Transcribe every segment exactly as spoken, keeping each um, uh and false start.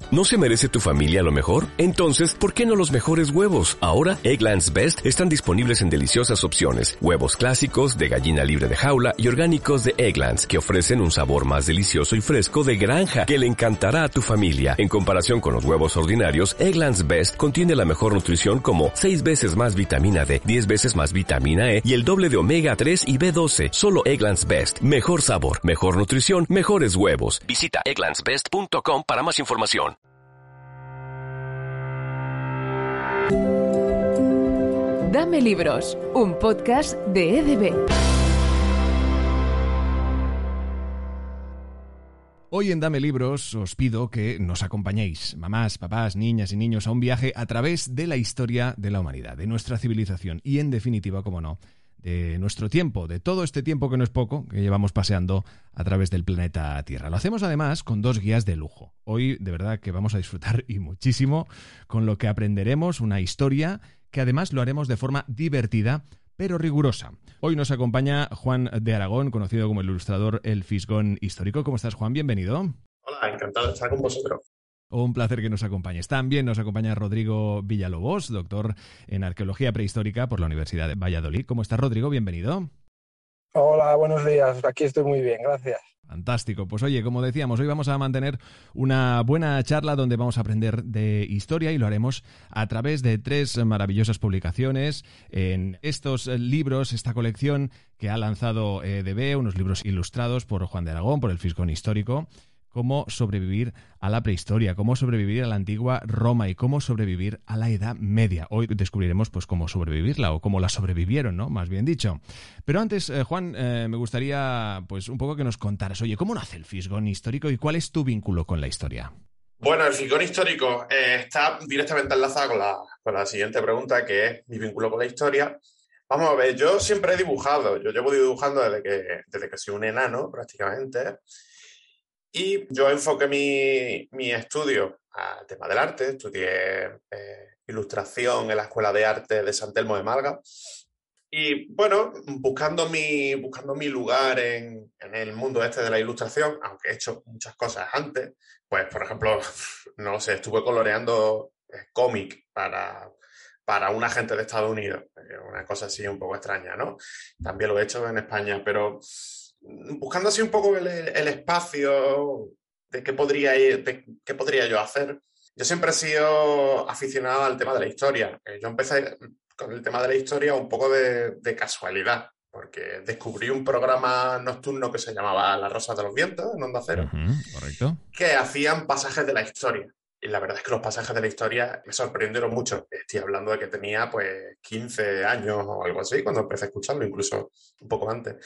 ¿No se merece tu familia lo mejor? Entonces, ¿por qué no los mejores huevos? Ahora, Eggland's Best están disponibles en deliciosas opciones. Huevos clásicos, de gallina libre de jaula y orgánicos de Eggland's, que ofrecen un sabor más delicioso y fresco de granja que le encantará a tu familia. En comparación con los huevos ordinarios, Eggland's Best contiene la mejor nutrición como seis veces más vitamina D, diez veces más vitamina E y el doble de omega tres y B doce. Solo Eggland's Best. Mejor sabor, mejor nutrición, mejores huevos. Visita egglands best punto com para más información. Dame Libros, un podcast de E D B. Hoy en Dame Libros os pido que nos acompañéis, mamás, papás, niñas y niños, a un viaje a través de la historia de la humanidad, de nuestra civilización y, en definitiva, como no, de nuestro tiempo, de todo este tiempo que no es poco, que llevamos paseando a través del planeta Tierra. Lo hacemos además con dos guías de lujo. Hoy, de verdad, que vamos a disfrutar y muchísimo con lo que aprenderemos, una historia que además lo haremos de forma divertida, pero rigurosa. Hoy nos acompaña Juan de Aragón, conocido como el ilustrador El Fisgón Histórico. ¿Cómo estás, Juan? Bienvenido. Hola, encantado de estar con vosotros. Un placer que nos acompañes. También nos acompaña Rodrigo Villalobos, doctor en Arqueología Prehistórica por la Universidad de Valladolid. ¿Cómo estás, Rodrigo? Bienvenido. Hola, buenos días. Aquí estoy muy bien, gracias. Fantástico. Pues oye, como decíamos, hoy vamos a mantener una buena charla donde vamos a aprender de historia y lo haremos a través de tres maravillosas publicaciones en estos libros, esta colección que ha lanzado E D B, unos libros ilustrados por Juan de Aragón, por el Fisgón Histórico. Cómo sobrevivir a la prehistoria, cómo sobrevivir a la antigua Roma y cómo sobrevivir a la Edad Media. Hoy descubriremos pues cómo sobrevivirla o cómo la sobrevivieron, ¿no? Más bien dicho. Pero antes, eh, Juan, eh, me gustaría pues un poco que nos contaras, oye, ¿cómo nace el Fisgón Histórico y cuál es tu vínculo con la historia? Bueno, el Fisgón Histórico eh, está directamente enlazado con la, con la siguiente pregunta, que es mi vínculo con la historia. Vamos a ver, yo siempre he dibujado, yo llevo dibujando desde que, desde que soy un enano, prácticamente. Y yo enfoqué mi, mi estudio al tema del arte, estudié eh, ilustración en la Escuela de Arte de San Telmo de Málaga. Y bueno, buscando mi, buscando mi lugar en, en el mundo este de la ilustración, aunque he hecho muchas cosas antes, pues por ejemplo, no sé, estuve coloreando eh, cómic para, para un agente de Estados Unidos, una cosa así un poco extraña, ¿no? También lo he hecho en España, pero buscando así un poco el, el espacio de qué podría ir, de qué podría yo hacer. Yo siempre he sido aficionado al tema de la historia. Yo empecé con el tema de la historia un poco de, de casualidad, porque descubrí un programa nocturno que se llamaba Las Rosas de los Vientos, en Onda Cero, Uh-huh, correcto. que hacían pasajes de la historia. Y la verdad es que los pasajes de la historia me sorprendieron mucho. Estoy hablando de que tenía pues quince años o algo así cuando empecé a escucharlo, incluso un poco antes.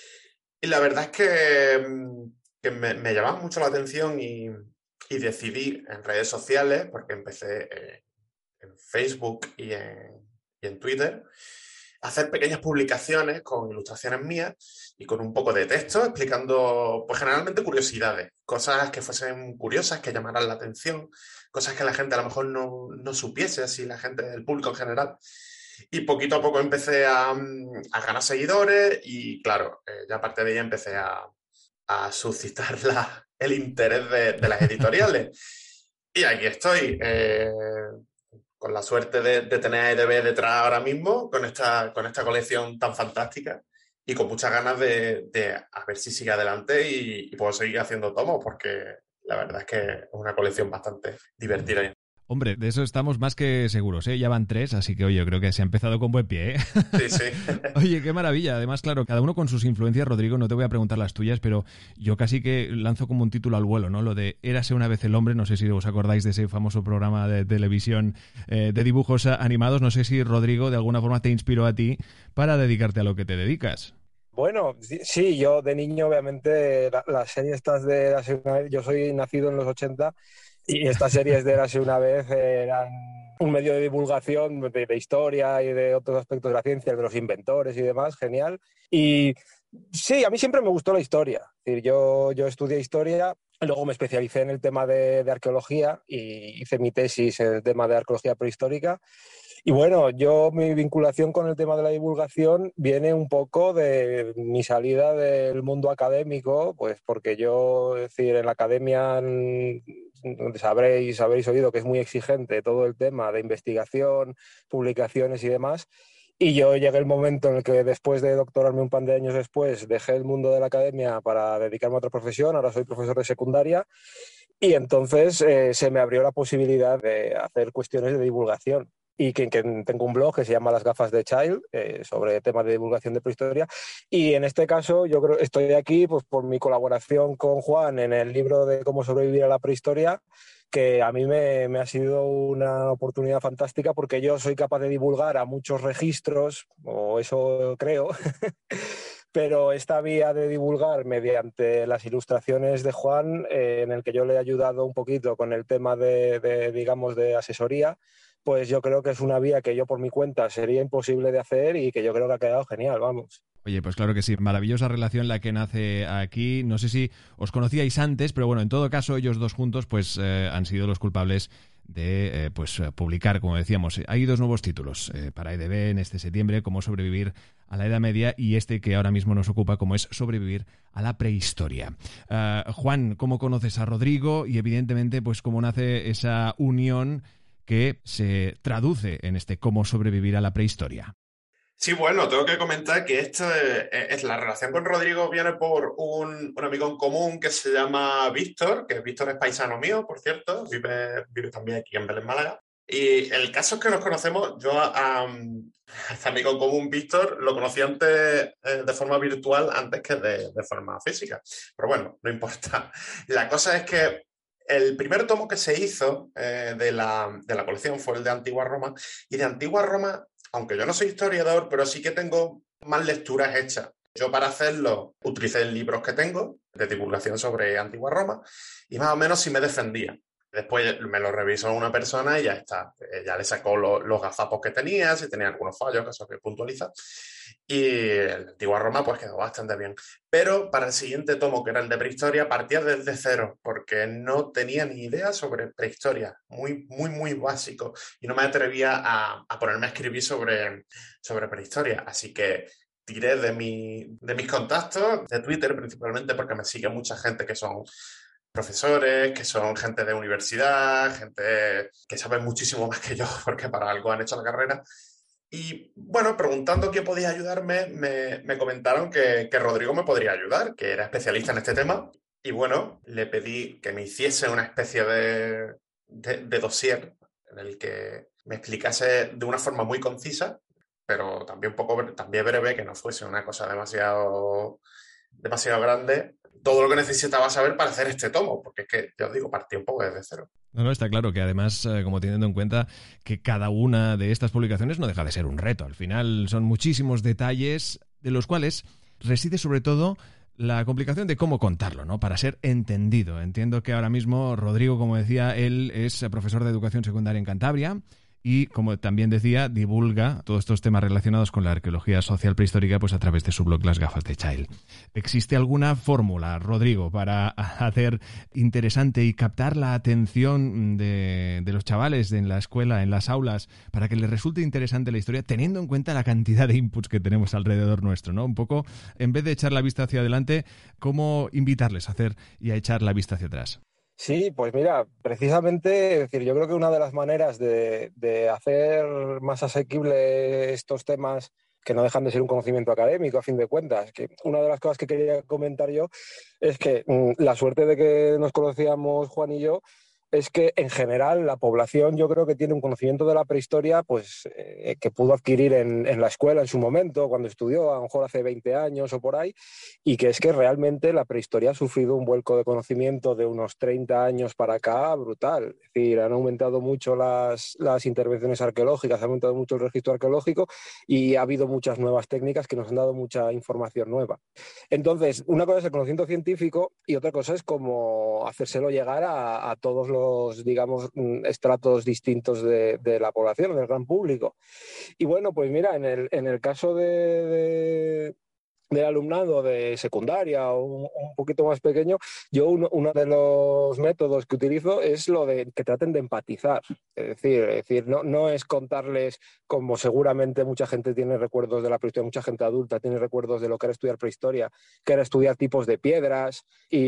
Y la verdad es que, que me, me llamaba mucho la atención y, y decidí en redes sociales, porque empecé eh, en Facebook y en, y en Twitter, hacer pequeñas publicaciones con ilustraciones mías y con un poco de texto explicando, pues generalmente curiosidades, cosas que fuesen curiosas, que llamaran la atención, cosas que la gente a lo mejor no, no supiese, así la gente, el público en general. Y poquito a poco empecé a, a ganar seguidores y claro, eh, ya aparte de ella empecé a, a suscitar la, el interés de, de las editoriales. Y aquí estoy, eh, con la suerte de, de tener a E D B detrás ahora mismo, con esta, con esta colección tan fantástica y con muchas ganas de, de a ver si sigue adelante y, y puedo seguir haciendo tomos, porque la verdad es que es una colección bastante divertida. Hombre, de eso estamos más que seguros, ¿eh? Ya van tres, así que oye, yo creo que se ha empezado con buen pie, ¿eh? Sí, sí. Oye, qué maravilla. Además, claro, cada uno con sus influencias, Rodrigo, no te voy a preguntar las tuyas, pero yo casi que lanzo como un título al vuelo, ¿no? Lo de Érase una vez el hombre, no sé si os acordáis de ese famoso programa de televisión eh, de dibujos animados, no sé si, Rodrigo, de alguna forma te inspiró a ti para dedicarte a lo que te dedicas. Bueno, sí, yo de niño, obviamente, las la series estas de Érase una vez, yo soy nacido en los ochenta y estas series de Érase una vez eran un medio de divulgación de, de historia y de otros aspectos de la ciencia, de los inventores y demás, genial. Y sí, a mí siempre me gustó la historia. Es decir, yo, yo estudié historia, luego me especialicé en el tema de, de arqueología y hice mi tesis en el tema de arqueología prehistórica. Y bueno, yo mi vinculación con el tema de la divulgación viene un poco de mi salida del mundo académico, pues porque yo, es decir, en la academia mm, sabréis, habréis oído que es muy exigente todo el tema de investigación, publicaciones y demás. Y yo llegué el momento en el que después de doctorarme un par de años después, dejé el mundo de la academia para dedicarme a otra profesión. Ahora soy profesor de secundaria y entonces eh, se me abrió la posibilidad de hacer cuestiones de divulgación. Y que, que tengo un blog que se llama Las Gafas de Child, eh, sobre temas de divulgación de prehistoria. Y en este caso yo creo estoy aquí pues, por mi colaboración con Juan en el libro de cómo sobrevivir a la prehistoria, que a mí me, me ha sido una oportunidad fantástica porque yo soy capaz de divulgar a muchos registros, o eso creo, pero esta vía de divulgar mediante las ilustraciones de Juan, eh, en el que yo le he ayudado un poquito con el tema de, de, digamos, de asesoría, pues yo creo que es una vía que yo por mi cuenta sería imposible de hacer y que yo creo que ha quedado genial, vamos. Oye, pues claro que sí, maravillosa relación la que nace aquí. No sé si os conocíais antes, pero bueno, en todo caso ellos dos juntos pues eh, han sido los culpables de eh, pues publicar, como decíamos. Hay dos nuevos títulos eh, para E D B en este septiembre, Cómo sobrevivir a la Edad Media, y este que ahora mismo nos ocupa, como es Sobrevivir a la Prehistoria. Uh, Juan, ¿cómo conoces a Rodrigo? Y evidentemente, pues cómo nace esa unión que se traduce en este Cómo sobrevivir a la prehistoria. Sí, bueno, tengo que comentar que esto es, es la relación con Rodrigo viene por un, un amigo en común que se llama Víctor, que Víctor es paisano mío, por cierto, vive, vive también aquí en Belén, Málaga. Y el caso es que nos conocemos, yo a, a este amigo en común, Víctor, lo conocí antes eh, de forma virtual antes que de, de forma física. Pero bueno, no importa. La cosa es que el primer tomo que se hizo eh, de, la, de la colección fue el de Antigua Roma, y de Antigua Roma, aunque yo no soy historiador, pero sí que tengo más lecturas hechas. Yo para hacerlo utilicé libros que tengo de divulgación sobre Antigua Roma y más o menos sí me defendía. Después me lo revisó una persona y ya está. Ya le sacó lo, los gazapos que tenía, si tenía algunos fallos, casos que puntualiza. Y el Antigua Roma pues quedó bastante bien. Pero para el siguiente tomo, que era el de prehistoria, partía desde cero, porque no tenía ni idea sobre prehistoria. Muy, muy, muy básico. Y no me atrevía a, a ponerme a escribir sobre, sobre prehistoria. Así que tiré de, mi, de mis contactos, de Twitter principalmente, porque me sigue mucha gente que son profesores, que son gente de universidad, gente que sabe muchísimo más que yo, porque para algo han hecho la carrera. Y bueno, preguntando quién podía ayudarme, me, me comentaron que, que Rodrigo me podría ayudar, que era especialista en este tema. Y bueno, le pedí que me hiciese una especie de, de, de dossier en el que me explicase de una forma muy concisa, pero también un poco también breve, que no fuese una cosa demasiado, demasiado grande, todo lo que necesitaba saber para hacer este tomo, porque es que, ya os digo, partí un poco desde cero. No, no, está claro que además, eh, como teniendo en cuenta que cada una de estas publicaciones no deja de ser un reto. Al final son muchísimos detalles de los cuales reside sobre todo la complicación de cómo contarlo, ¿no? Para ser entendido. Entiendo que ahora mismo Rodrigo, como decía, él es profesor de educación secundaria en Cantabria y, como también decía, divulga todos estos temas relacionados con la arqueología social prehistórica pues a través de su blog Las Gafas de Child. ¿Existe alguna fórmula, Rodrigo, para hacer interesante y captar la atención de, de los chavales en la escuela, en las aulas, para que les resulte interesante la historia, teniendo en cuenta la cantidad de inputs que tenemos alrededor nuestro, ¿no? Un poco, en vez de echar la vista hacia adelante, ¿cómo invitarles a hacer y a echar la vista hacia atrás? Sí, pues mira, precisamente, es decir, yo creo que una de las maneras de, de hacer más asequible estos temas, que no dejan de ser un conocimiento académico a fin de cuentas, que una de las cosas que quería comentar yo es que mmm, la suerte de que nos conocíamos Juan y yo es que en general la población yo creo que tiene un conocimiento de la prehistoria pues eh, que pudo adquirir en, en la escuela en su momento, cuando estudió, a lo mejor hace veinte años o por ahí, y que es que realmente la prehistoria ha sufrido un vuelco de conocimiento de unos treinta años para acá brutal. Es decir, han aumentado mucho las, las intervenciones arqueológicas, ha aumentado mucho el registro arqueológico y ha habido muchas nuevas técnicas que nos han dado mucha información nueva. Entonces, una cosa es el conocimiento científico y otra cosa es como hacérselo llegar a, a todos los los, digamos, estratos distintos de, de la población, del gran público. Y bueno, pues mira, en el, en el caso de, de, del alumnado de secundaria o un, un poquito más pequeño, yo uno, uno de los métodos que utilizo es lo de que traten de empatizar. Es decir, es decir no, no es contarles, como seguramente mucha gente tiene recuerdos de la prehistoria, mucha gente adulta tiene recuerdos de lo que era estudiar prehistoria, que era estudiar tipos de piedras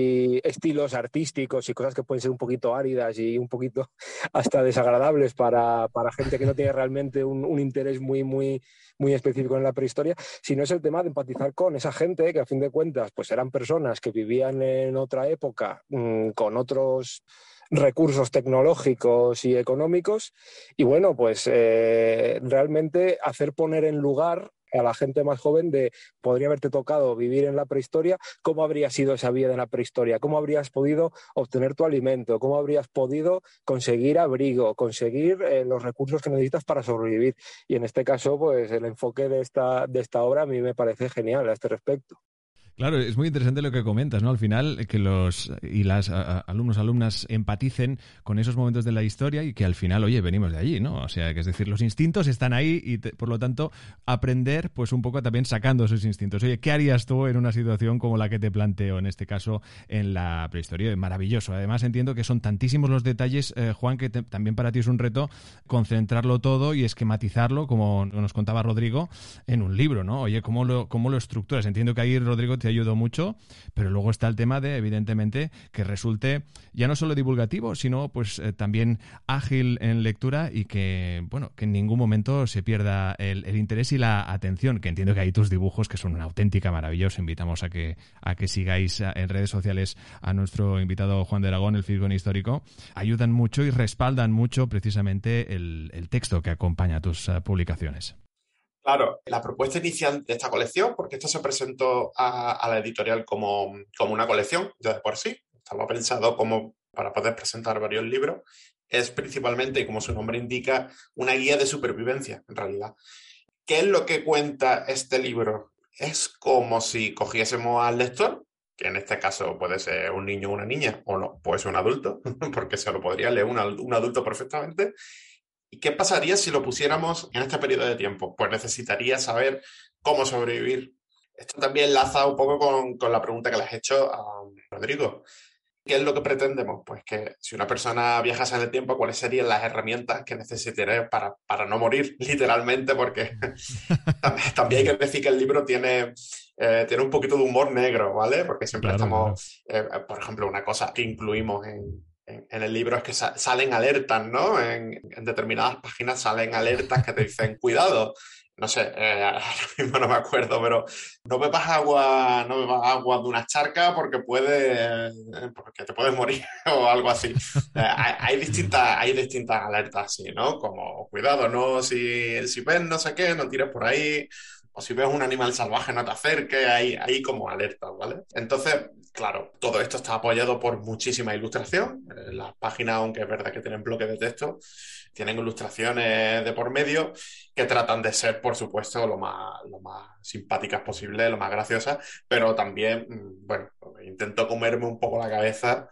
y estilos artísticos y cosas que pueden ser un poquito áridas y un poquito hasta desagradables para, para gente que no tiene realmente un, un interés muy, muy, muy específico en la prehistoria, sino es el tema de empatizar con esa gente que a fin de cuentas pues eran personas que vivían en otra época mmm, con otros recursos tecnológicos y económicos y bueno, pues eh, realmente hacer poner en lugar a la gente más joven de podría haberte tocado vivir en la prehistoria, cómo habría sido esa vida en la prehistoria, cómo habrías podido obtener tu alimento, cómo habrías podido conseguir abrigo, conseguir eh, los recursos que necesitas para sobrevivir. Y en este caso, pues el enfoque de esta, de esta obra a mí me parece genial a este respecto. Claro, es muy interesante lo que comentas, ¿no? Al final, que los y las a, a, alumnos, alumnas empaticen con esos momentos de la historia y que al final, oye, venimos de allí, ¿no? O sea, que es decir, los instintos están ahí y, te, por lo tanto, aprender, pues un poco también sacando esos instintos. Oye, ¿qué harías tú en una situación como la que te planteo, en este caso, en la prehistoria? Maravilloso. Además, entiendo que son tantísimos los detalles, eh, Juan, que te, también para ti es un reto concentrarlo todo y esquematizarlo, como nos contaba Rodrigo, en un libro, ¿no? Oye, ¿cómo lo, cómo lo estructuras? Entiendo que ahí, Rodrigo, te ayudó mucho, pero luego está el tema de, evidentemente, que resulte ya no solo divulgativo, sino pues eh, también ágil en lectura y que, bueno, que en ningún momento se pierda el, el interés y la atención, que entiendo que hay tus dibujos que son una auténtica maravilla. Os invitamos a que, a que sigáis en redes sociales a nuestro invitado Juan de Aragón, el Fisgón Histórico. Ayudan mucho y respaldan mucho precisamente el, el texto que acompaña a tus uh, publicaciones. Claro, la propuesta inicial de esta colección, porque esto se presentó a, a la editorial como, como una colección, ya de por sí, estaba pensado como para poder presentar varios libros, es principalmente, y como su nombre indica, una guía de supervivencia, en realidad. ¿Qué es lo que cuenta este libro? Es como si cogiésemos al lector, que en este caso puede ser un niño o una niña, o no, puede ser un adulto, porque se lo podría leer un, un adulto perfectamente. ¿Y qué pasaría si lo pusiéramos en este periodo de tiempo? Pues necesitaría saber cómo sobrevivir. Esto también enlaza un poco con, con la pregunta que le has hecho a Rodrigo. ¿Qué es lo que pretendemos? Pues que si una persona viajase en el tiempo, ¿cuáles serían las herramientas que necesitaría para, para no morir, literalmente? Porque también hay que decir que el libro tiene, eh, tiene un poquito de humor negro, ¿vale? Porque siempre Claro, estamos, claro. eh, por ejemplo, una cosa que incluimos en, en, en el libro es que sa- salen alertas, ¿no? En, en determinadas páginas salen alertas que te dicen, cuidado. No sé, eh, ahora mismo no me acuerdo, pero no bebas agua, no bebas agua de una charca porque puede, porque te puedes morir o algo así. Eh, hay, hay distintas, hay distintas alertas así, ¿no? Como cuidado, no, si, si ves no sé qué, no tires por ahí. O si ves un animal salvaje, no te acerques, hay, hay como alertas, ¿vale? Entonces, claro, todo esto está apoyado por muchísima ilustración. Eh, las páginas, aunque es verdad que tienen bloques de texto, tienen ilustraciones de por medio que tratan de ser, por supuesto, lo más, lo más simpáticas posible, lo más graciosas, pero también, bueno, intento comerme un poco la cabeza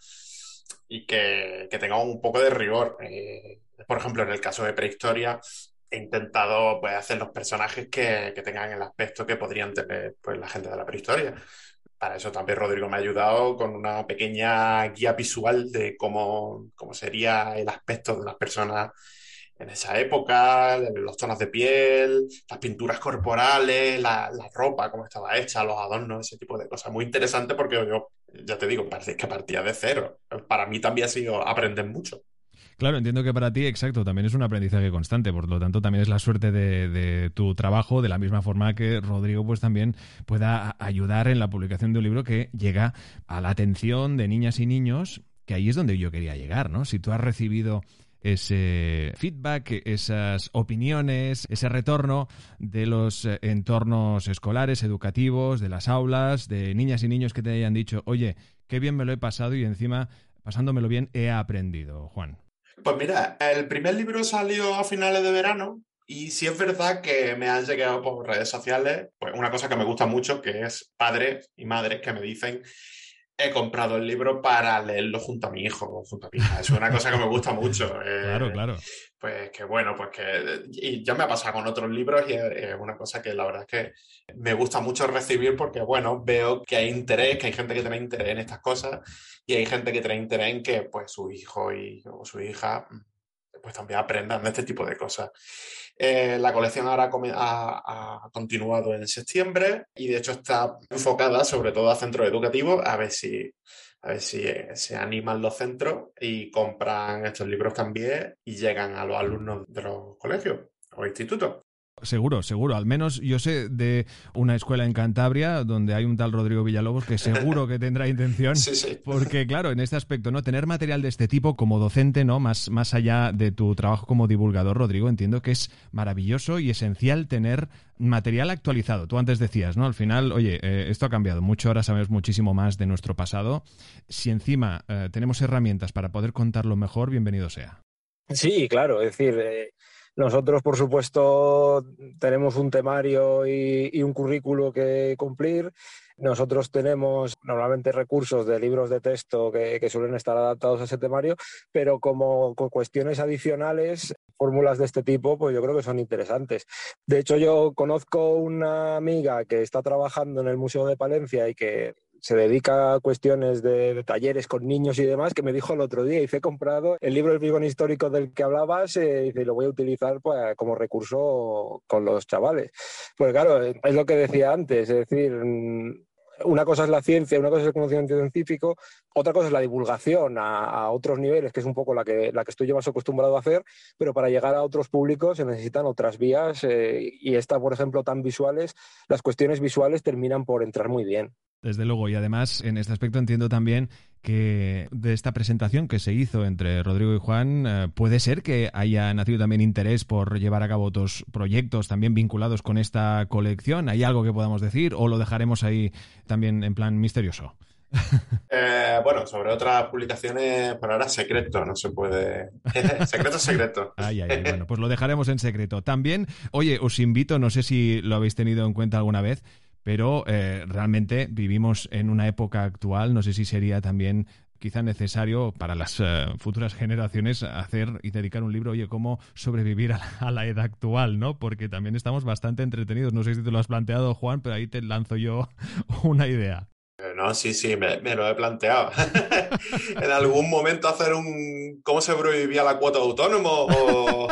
y que, que tenga un poco de rigor. Eh, por ejemplo, en el caso de Prehistoria, he intentado pues, hacer los personajes que, que tengan el aspecto que podrían tener pues, la gente de la prehistoria. Para eso también Rodrigo me ha ayudado con una pequeña guía visual de cómo, cómo sería el aspecto de las personas en esa época, los tonos de piel, las pinturas corporales, la, la ropa, cómo estaba hecha, los adornos, ese tipo de cosas. Muy interesante porque yo, ya te digo, parece que partía de cero. Para mí también ha sido aprender mucho. Claro, entiendo que para ti, exacto, también es un aprendizaje constante, por lo tanto también es la suerte de, de tu trabajo, de la misma forma que Rodrigo pues también pueda ayudar en la publicación de un libro que llega a la atención de niñas y niños, que ahí es donde yo quería llegar, ¿no? Si tú has recibido ese feedback, esas opiniones, ese retorno de los entornos escolares, educativos, de las aulas, de niñas y niños que te hayan dicho, oye, qué bien me lo he pasado y encima, pasándomelo bien, he aprendido, Juan. Pues mira, el primer libro salió a finales de verano y sí es verdad que me han llegado por redes sociales pues una cosa que me gusta mucho, que es padres y madres que me dicen he comprado el libro para leerlo junto a mi hijo, junto a mi hija. Es una cosa que me gusta mucho. Eh, claro, claro. Pues que bueno, pues que... Y ya me ha pasado con otros libros y es, es una cosa que la verdad es que me gusta mucho recibir porque, bueno, veo que hay interés, que hay gente que tiene interés en estas cosas y hay gente que tiene interés en que, pues, su hijo y, o su hija, pues también aprendan de este tipo de cosas. Eh, la colección ahora ha, ha continuado en septiembre y de hecho está enfocada sobre todo a centros educativos, a ver si, a ver si eh, se animan los centros y compran estos libros también y llegan a los alumnos de los colegios o institutos. Seguro, seguro. Al menos yo sé de una escuela en Cantabria donde hay un tal Rodrigo Villalobos que seguro que tendrá intención. Sí, sí. Porque, claro, en este aspecto, ¿no? Tener material de este tipo como docente, ¿no? Más, más allá de tu trabajo como divulgador, Rodrigo, entiendo que es maravilloso y esencial tener material actualizado. Tú antes decías, ¿no? Al final, oye, eh, esto ha cambiado mucho, ahora sabemos muchísimo más de nuestro pasado. Si encima eh, tenemos herramientas para poder contarlo mejor, bienvenido sea. Sí, claro, es decir... Eh... Nosotros, por supuesto, tenemos un temario y, y un currículo que cumplir. Nosotros tenemos normalmente recursos de libros de texto que, que suelen estar adaptados a ese temario, pero como con cuestiones adicionales, fórmulas de este tipo, pues yo creo que son interesantes. De hecho, yo conozco una amiga que está trabajando en el Museo de Palencia y que se dedica a cuestiones de, de talleres con niños y demás, que me dijo el otro día, dice, he comprado el libro del Fisgón histórico del que hablabas eh, y lo voy a utilizar pues, como recurso con los chavales. Pues claro, es lo que decía antes, es decir, una cosa es la ciencia, una cosa es el conocimiento científico, otra cosa es la divulgación a, a otros niveles, que es un poco la que, la que estoy yo más acostumbrado a hacer, pero para llegar a otros públicos se necesitan otras vías eh, y esta, por ejemplo, tan visuales, las cuestiones visuales terminan por entrar muy bien. Desde luego, y además en este aspecto entiendo también que de esta presentación que se hizo entre Rodrigo y Juan eh, puede ser que haya nacido también interés por llevar a cabo otros proyectos también vinculados con esta colección. ¿Hay algo que podamos decir o lo dejaremos ahí también en plan misterioso? Eh, bueno, sobre otras publicaciones, por ahora secreto, no se puede... secreto, secreto. Ay, ay, ay, bueno, pues lo dejaremos en secreto. También, oye, os invito, no sé si lo habéis tenido en cuenta alguna vez, pero eh, realmente vivimos en una época actual, no sé si sería también quizá necesario para las uh, futuras generaciones hacer y dedicar un libro, oye, cómo sobrevivir a la, a la edad actual, ¿no? Porque también estamos bastante entretenidos. No sé si te lo has planteado, Juan, pero ahí te lanzo yo una idea. No, sí, sí, me, me lo he planteado. En algún momento hacer un... ¿Cómo sobrevivía la cuota de autónomo? O...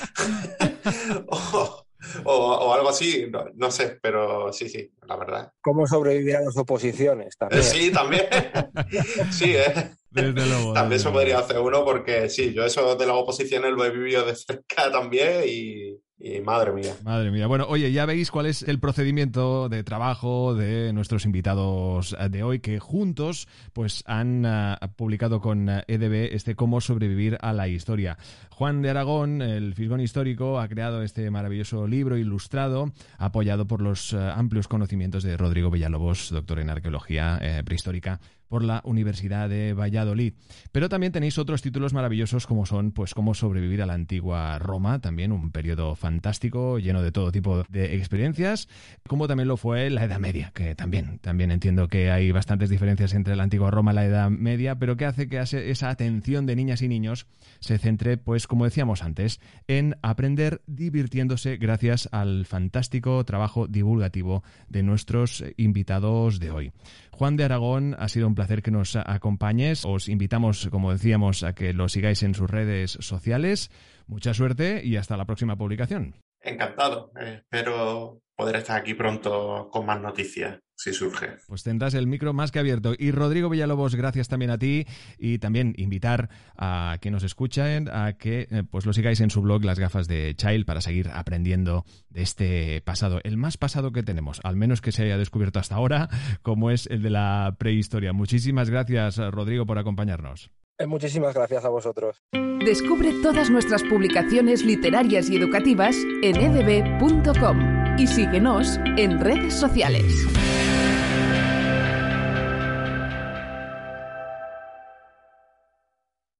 o... O, o algo así, no, no sé, pero sí, sí, la verdad. ¿Cómo sobrevivir a las oposiciones? También. Sí, también. Sí, ¿eh? Desde luego. También desde se podría hacer uno porque sí, yo eso de las oposiciones lo he vivido de cerca también y, y madre mía. Madre mía. Bueno, oye, ya veis cuál es el procedimiento de trabajo de nuestros invitados de hoy, que juntos pues han uh, publicado con uh, E D B este Cómo sobrevivir a la historia. Juan de Aragón, el Fisgón histórico, ha creado este maravilloso libro ilustrado, apoyado por los uh, amplios conocimientos de Rodrigo Villalobos, doctor en arqueología eh, prehistórica por la Universidad de Valladolid. Pero también tenéis otros títulos maravillosos como son pues Cómo sobrevivir a la antigua Roma, también un periodo fantástico, lleno de todo tipo de experiencias, como también lo fue la Edad Media, que también, también entiendo que hay bastantes diferencias entre la antigua Roma y la Edad Media, pero que hace que esa atención de niñas y niños se centre, pues como decíamos antes, en aprender divirtiéndose gracias al fantástico trabajo divulgativo de nuestros invitados de hoy. Juan de Aragón, ha sido un placer que nos acompañes. Os invitamos, como decíamos, a que lo sigáis en sus redes sociales. Mucha suerte y hasta la próxima publicación. Encantado. Eh, espero poder estar aquí pronto con más noticias, si surge. Pues tendrás el micro más que abierto. Y Rodrigo Villalobos, gracias también a ti y también invitar a que nos escuchen, a que eh, pues lo sigáis en su blog Las Gafas de Child para seguir aprendiendo de este pasado, el más pasado que tenemos, al menos que se haya descubierto hasta ahora, como es el de la prehistoria. Muchísimas gracias, Rodrigo, por acompañarnos. Muchísimas gracias a vosotros. Descubre todas nuestras publicaciones literarias y educativas en e d b punto com y síguenos en redes sociales.